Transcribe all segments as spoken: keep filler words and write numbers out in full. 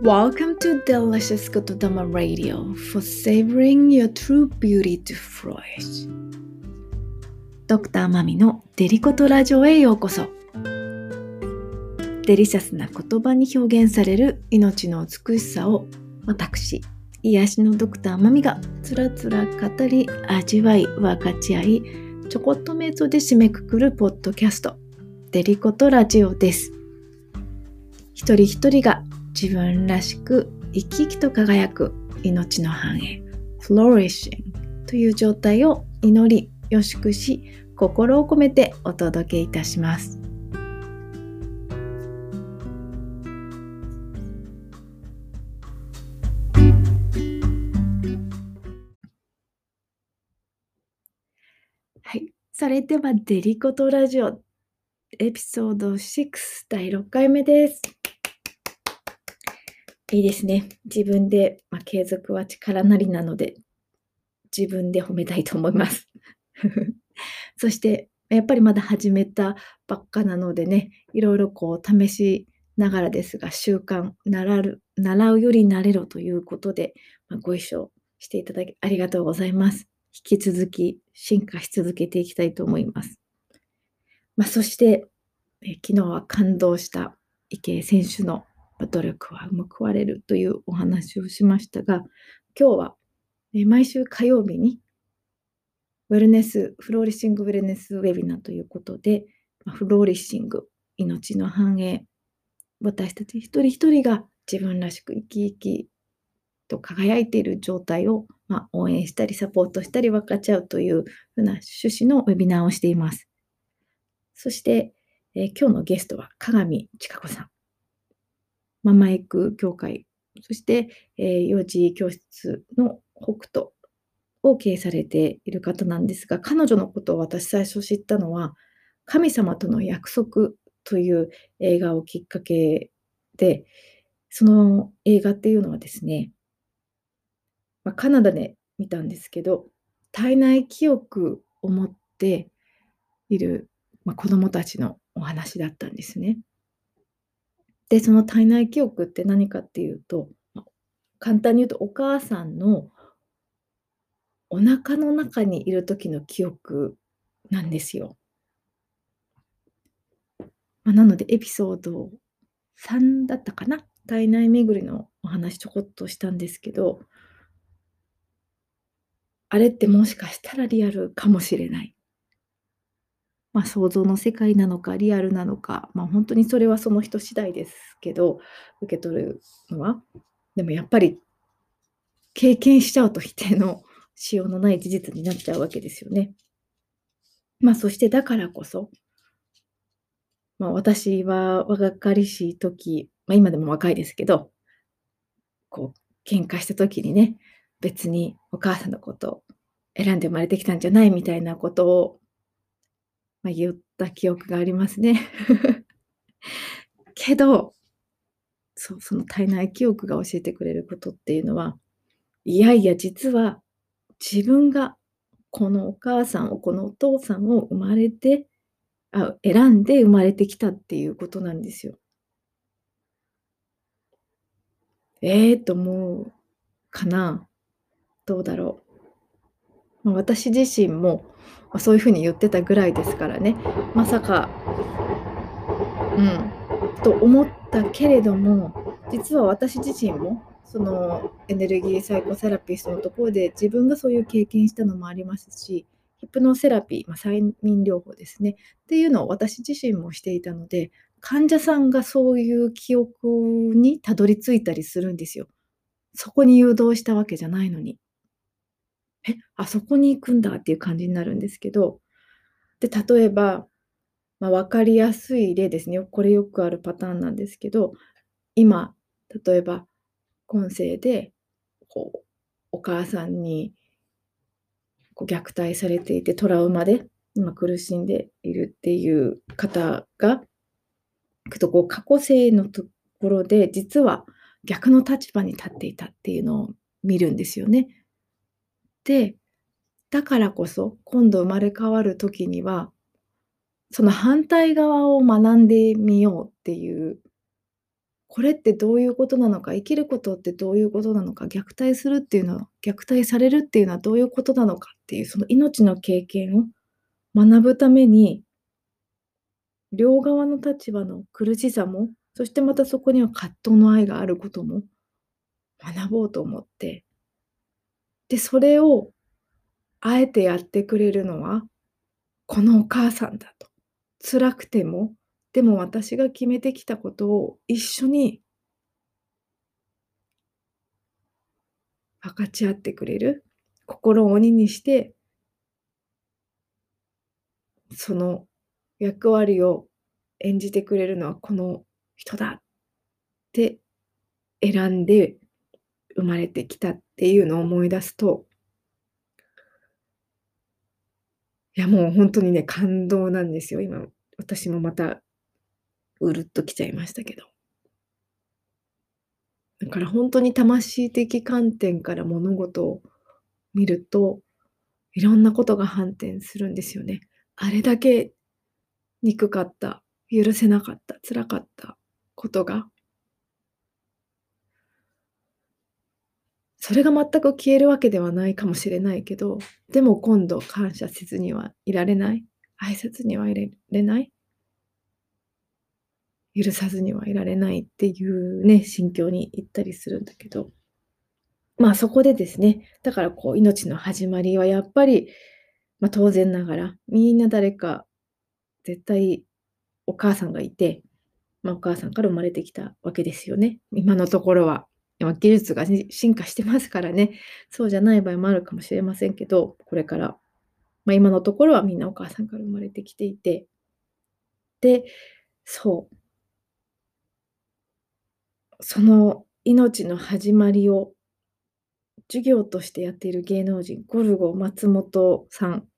Welcome to Delicious 言霊 Radio for savoring your true beauty to flourish. ドクターマミのデリコトラジオへようこそ。デリシャスな言葉に表現される命の美しさを私、癒しのドクターマミがつらつら語り、味わい、分かち合い、ちょこっと瞑想で締めくくるポッドキャスト、デリコトラジオです。一人一人が自分らしく生き生きと輝く命の繁栄 Flourishing という状態を祈り予祝し心を込めてお届けいたします。はい、それではデリコトラジオエピソードろくだいろっかいめです。いいですね。自分で、まあ、継続は力なりなので自分で褒めたいと思いますそしてやっぱりまだ始めたばっかなのでね、いろいろこう試しながらですが、習慣習う、習うより慣れろということで、まあ、ご一緒していただきありがとうございます。引き続き進化し続けていきたいと思います。まあ、そしてえ昨日は感動した池江選手の努力は報われるというお話をしましたが、今日は毎週火曜日にウェルネス、フローリッシングウェルネスウェビナーということで、フローリッシング、命の繁栄、私たち一人一人が自分らしく生き生きと輝いている状態を、まあ、応援したりサポートしたり分かち合うというふうな趣旨のウェビナーをしています。そして、えー、今日のゲストは鏡千佳子さん。ママエク協会、そして、えー、幼児教室の北斗を経営されている方なんですが、彼女のことを私最初知ったのは、神様との約束という映画をきっかけで、その映画っていうのはですね、まあ、カナダで見たんですけど、体内記憶を持っている、まあ、子どもたちのお話だったんですね。で、その体内記憶って何かっていうと、簡単に言うとお母さんのお腹の中にいる時の記憶なんですよ。まあ、なのでエピソードさんだったかな、体内巡りのお話ちょこっとしたんですけど、あれってもしかしたらリアルかもしれない。まあ、想像の世界なのかリアルなのか、まあ、本当にそれはその人次第ですけど、受け取るのは。でもやっぱり経験しちゃうと否定のしようのない事実になっちゃうわけですよね。まあ、そしてだからこそ、まあ、私は若かりしい時、まあ、今でも若いですけど、こう喧嘩した時にね、別にお母さんのことを選んで生まれてきたんじゃないみたいなことを、まあ、言った記憶がありますね。けど、そう、その体内記憶が教えてくれることっていうのは、いやいや実は自分がこのお母さんを、このお父さんを生まれてあ、選んで生まれてきたっていうことなんですよ。ええと思うかな？どうだろう。ま、私自身も、ま、そういう風に言ってたぐらいですからね。まさかうん、と思ったけれども、実は私自身も、そのエネルギーサイコセラピストのところで自分がそういう経験したのもありますし、ヒプノセラピー、ま、催眠療法ですね、っていうのを私自身もしていたので、患者さんがそういう記憶にたどり着いたりするんですよ。そこに誘導したわけじゃないのに。え、あそこに行くんだっていう感じになるんですけど、で、例えば、まあ、分かりやすい例ですね。これよくあるパターンなんですけど、今、例えば今世で、こう、お母さんにこう虐待されていて、トラウマで今苦しんでいるっていう方が、くとこう過去世のところで、実は逆の立場に立っていたっていうのを見るんですよね。で、だからこそ、今度生まれ変わる時には、その反対側を学んでみようっていうこれってどういうことなのか、生きることってどういうことなのか、虐待するっていうのは虐待されるっていうのはどういうことなのかっていう、その命の経験を学ぶために、両側の立場の苦しさも、そしてまたそこには葛藤の愛があることも学ぼうと思って、で、それをあえてやってくれるのは、このお母さんだと。辛くても、でも私が決めてきたことを一緒に分かち合ってくれる、心を鬼にして、その役割を演じてくれるのはこの人だって選んで生まれてきたっていうのを思い出すと、いやもうほんとにね、感動なんですよ、今。私もまたうるっときちゃいましたけど。だからほんとに魂的観点から物事を見ると、いろんなことが反転するんですよね。あれだけ憎かった、許せなかった、辛かったことが、それが全く消えるわけではないかもしれないけど、でも今度感謝せずにはいられない、挨拶にはいれれない、許さずにはいられないっていうね、心境に行ったりするんだけど、まあ、そこでですね、だからこう命の始まりはやっぱり、ま、当然ながら、みんな誰か絶対お母さんがいて、まあ、お母さんから生まれてきたわけですよね。今のところは。今技術がね、進化してますからね、そうじゃない場合もあるかもしれませんけど、これから。まあ、今のところはみんなお母さんから生まれてきていて、で、そう、その命の始まりを授業としてやっている芸能人、ゴルゴ松本さん、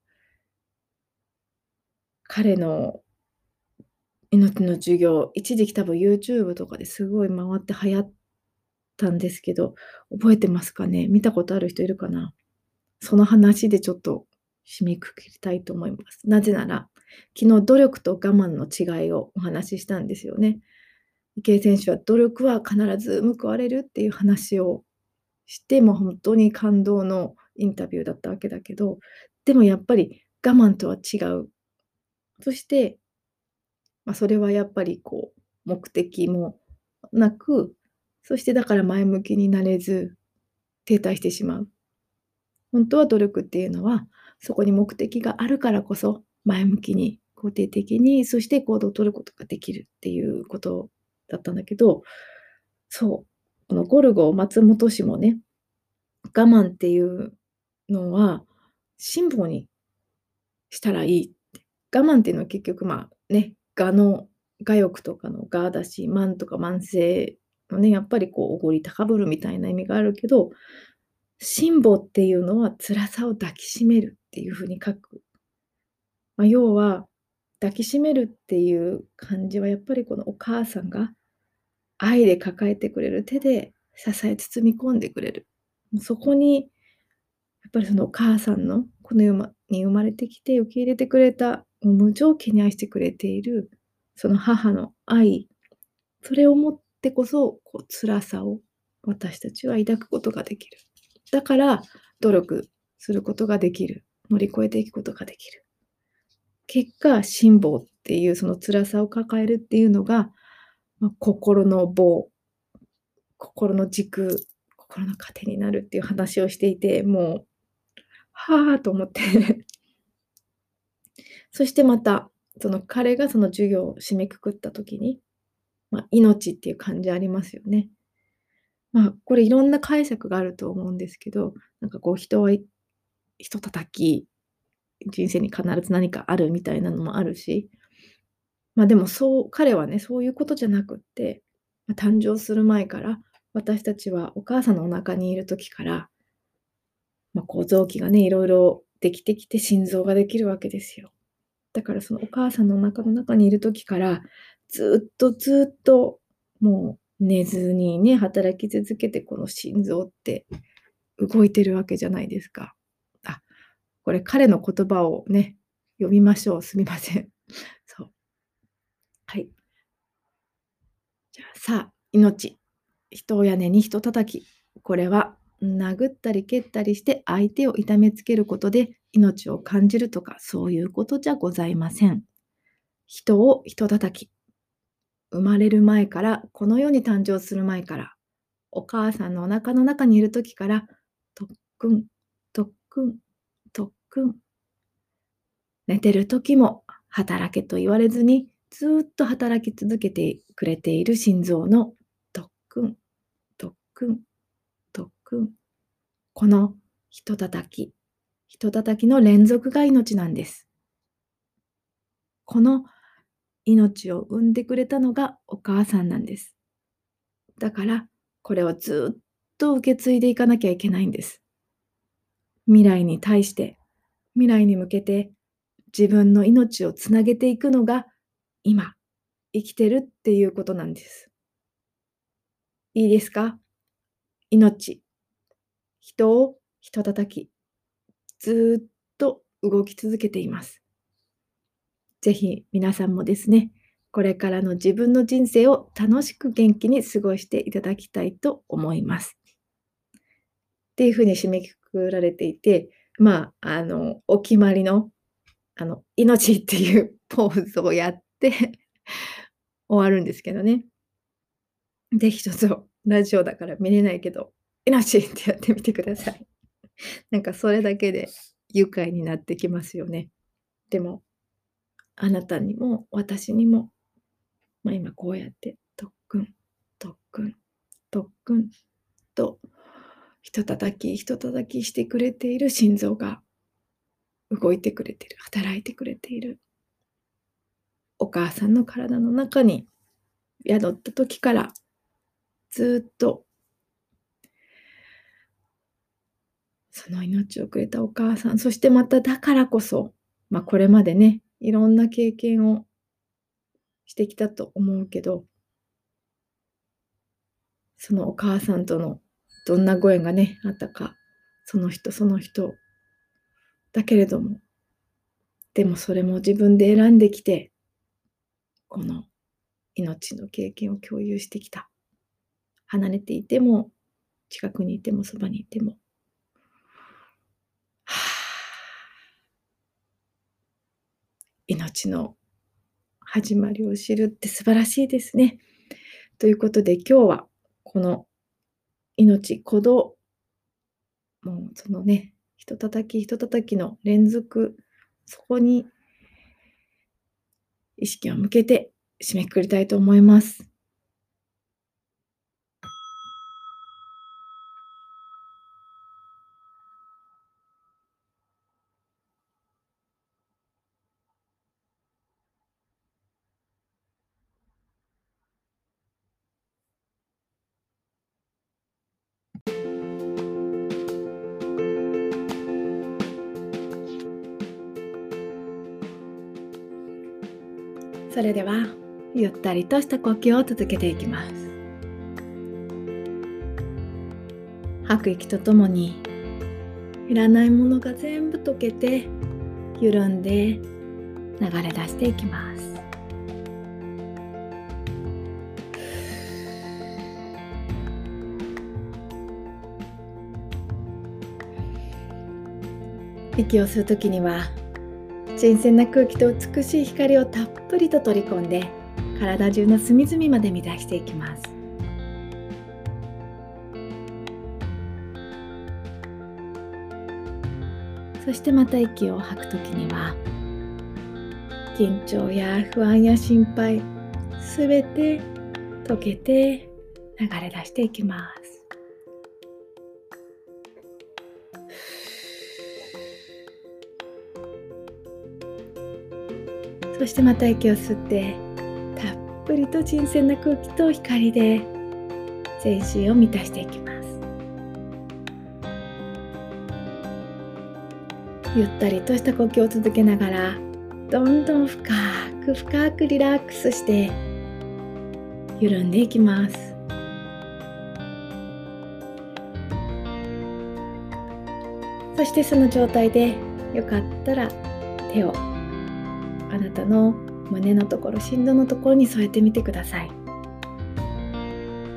彼の命の授業、一時期多分 YouTube とかですごい回って流行ったんですけど、覚えてますかね？見たことある人いるかな？その話でちょっと締めくくりたいと思います。なぜなら、昨日努力と我慢の違いをお話ししたんですよね。池江選手は努力は必ず報われるっていう話をして、もう本当に感動のインタビューだったわけだけど、でもやっぱり我慢とは違う。そして、まあ、それはやっぱりこう、目的もなく、そしてだから前向きになれず、停滞してしまう。本当は努力っていうのは、そこに目的があるからこそ、前向きに、肯定的に、そして行動を取ることができるっていうことだったんだけど、そう、このゴルゴ松本氏もね、我慢っていうのは、辛抱にしたらいい。我慢っていうのは結局、まあ、ね、我の我欲とかの我だし、慢とか慢性のね、やっぱりこう、おごり高ぶるみたいな意味があるけど、辛抱っていうのは辛さを抱きしめるっていう風に書く。まあ、要は、抱きしめるっていう感じはやっぱりこのお母さんが愛で抱えてくれる、手で支え包み込んでくれる。もうそこにやっぱりそのお母さんのこの世まに生まれてきて受け入れてくれた、もう無条件に愛してくれている、その母の愛、それをもってこそ、こう辛さを私たちは抱くことができる。だから、努力することができる。乗り越えていくことができる。結果、辛抱っていうその辛さを抱えるっていうのが、ま、心の棒、心の軸、心の糧になるっていう話をしていて、もう、はあと思ってそしてまた、その彼がその授業を締めくくった時に、ま、命っていう漢字ありますよね。まあ、これいろんな解釈があると思うんですけど、なんかこう人はいひとたたき、人生に必ず何かあるみたいなのもあるし、ま、でもそう彼はね、そういうことじゃなくって、ま、誕生する前から、私たちはお母さんのお腹にいる時から、ま、こう臓器がね、いろいろできてきて心臓ができるわけですよ。だからそのお母さんのお腹の中にいる時から、ずっとずっと、もう寝ずにね、働き続けてこの心臓って動いてるわけじゃないですか。あ、これ彼の言葉をね、読みましょう。すみません。そう。はい。じゃあ、さあ命、人を屋根に人叩き、これは殴ったり蹴ったりして相手を痛めつけることで命を感じるとか、そういうことじゃございません。人を人叩き、生まれる前から、この世に誕生する前から、お母さんのお腹の中にいる時から、特訓、特訓、特訓。寝てる時も働けと言われずに、ずっと働き続けてくれている心臓の特訓、特訓、特訓。この人叩き、人叩きの連続が命なんです。この命を産んでくれたのがお母さんなんです。だから、これをずっと受け継いでいかなきゃいけないんです。未来に対して、未来に向けて自分の命をつなげていくのが今、生きてるっていうことなんです。いいですか？命、人を人叩き、ずっと動き続けています。ぜひ皆さんもですね、これからの自分の人生を楽しく元気に過ごしていただきたいと思います。っていうふうに締めくくられていて、まあ、あの、お決まりの、あの、命っていうポーズをやって終わるんですけどね。ぜひちょっとラジオだから見れないけど、命ってやってみてください。なんかそれだけで愉快になってきますよね。でも、あなたにも私にも、まあ、今こうやって特訓、特訓、特訓と人叩き、人叩きしてくれている心臓が動いてくれている、働いてくれている。お母さんの体の中に宿った時からずっとその命をくれたお母さん、そしてまただからこそ、まあ、これまでね、いろんな経験をしてきたと思うけど、そのお母さんとのどんなご縁がね、あったか、その人その人だけれども、でもそれも自分で選んできて、この命の経験を共有してきた。離れていても、近くにいてもそばにいても。はあ、命の始まりを知るって素晴らしいですね。ということで今日はこの命、鼓動、もうそのね、人叩き人叩きの連続、そこに意識を向けて締めくくりたいと思います。それではゆったりとした呼吸を続けていきます。吐く息とともにいらないものが全部溶けて緩んで流れ出していきます。息を吸うときには新鮮な空気と美しい光をたっぷりと取り込んで体中の隅々まで満たしていきます。そしてまた息を吐くときには緊張や不安や心配すべて溶けて流れ出していきます。そしてまた息を吸ってたっぷりと新鮮な空気と光で全身を満たしていきます。ゆったりとした呼吸を続けながらどんどん深く深くリラックスして緩んでいきます。そしてその状態でよかったら手をあなたの胸のところ、心臓のところに添えてみてください。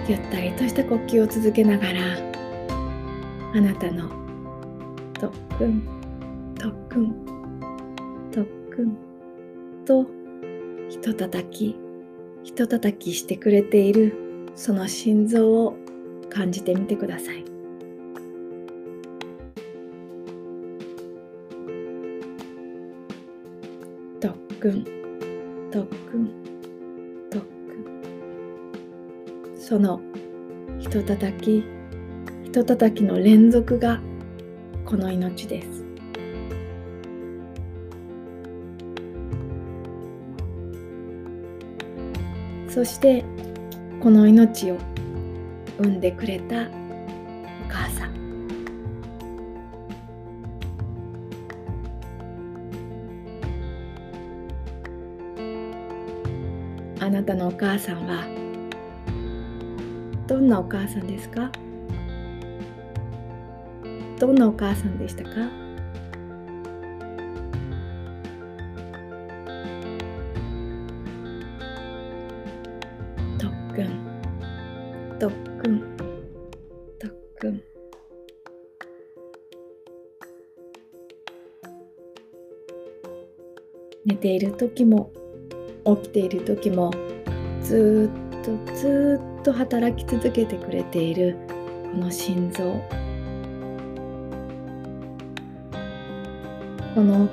ゆったりとした呼吸を続けながら、あなたの特訓特訓特訓とひとたたきひとたたきしてくれているその心臓を感じてみてください。特訓特訓特訓、そのひとたたきひとたたきの連続がこの命です。そしてこの命を産んでくれたお母さん、あなたのお母さんはどんなお母さんですか？どんなお母さんでしたか？特訓特訓特訓、寝ている時も起きている時もずっとずっと働き続けてくれているこの心臓、この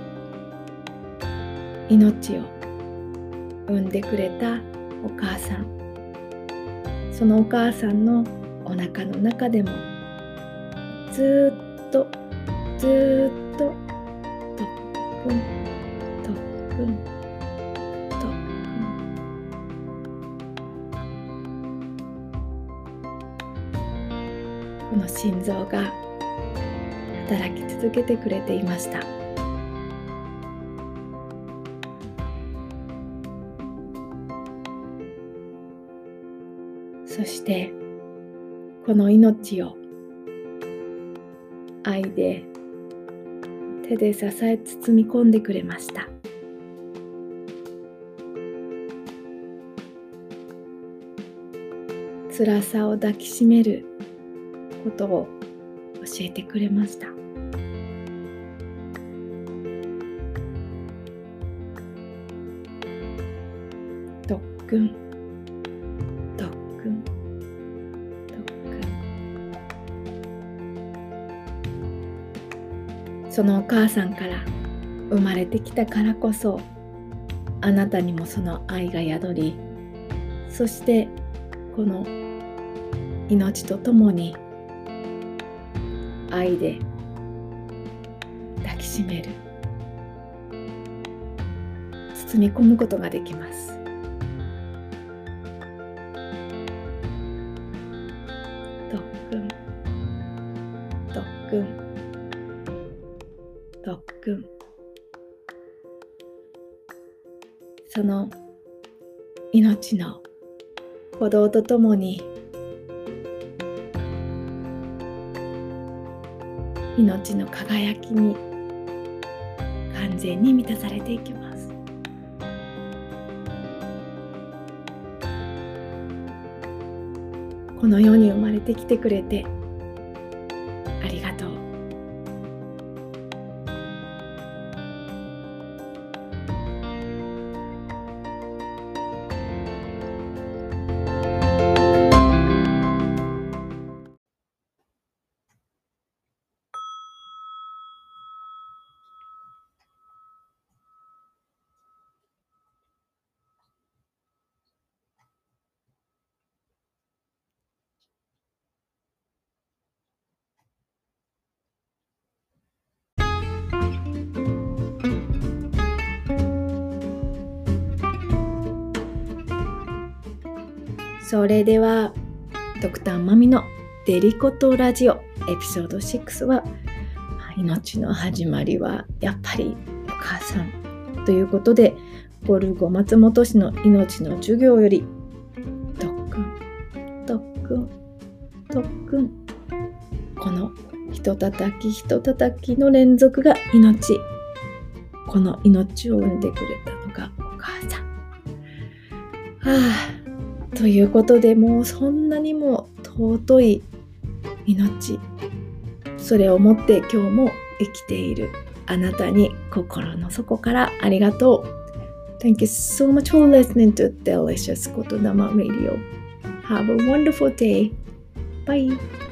命を産んでくれたお母さん、そのお母さんのお腹の中でもずっとずっと特訓特訓特訓、この心臓が働き続けてくれていました。そしてこの命を愛で手で支え包み込んでくれました。辛さを抱きしめることを教えてくれました。特訓特訓特訓、そのお母さんから生まれてきたからこそ、あなたにもその愛が宿り、そしてこの命とともに愛で抱きしめる、包み込むことができます。特訓特訓特訓、その命の鼓動とともに命の輝きに完全に満たされていきます。この世に生まれてきてくれてありがとう。それではドクターマミのデリコトラジオエピソードシックスは、命の始まりはやっぱりお母さんということで、ゴルゴ松本氏の命の授業より特訓特訓特訓、このひとたたきひとたたきの連続が命、この命を産んでくれたのがお母さん。はあ、 ということで、もうそんなにも尊い命、それをもって今日も生きているあなたに心の底からありがとう。Thank you so much for listening to Delicious 言霊 Radio. Have a wonderful day. Bye.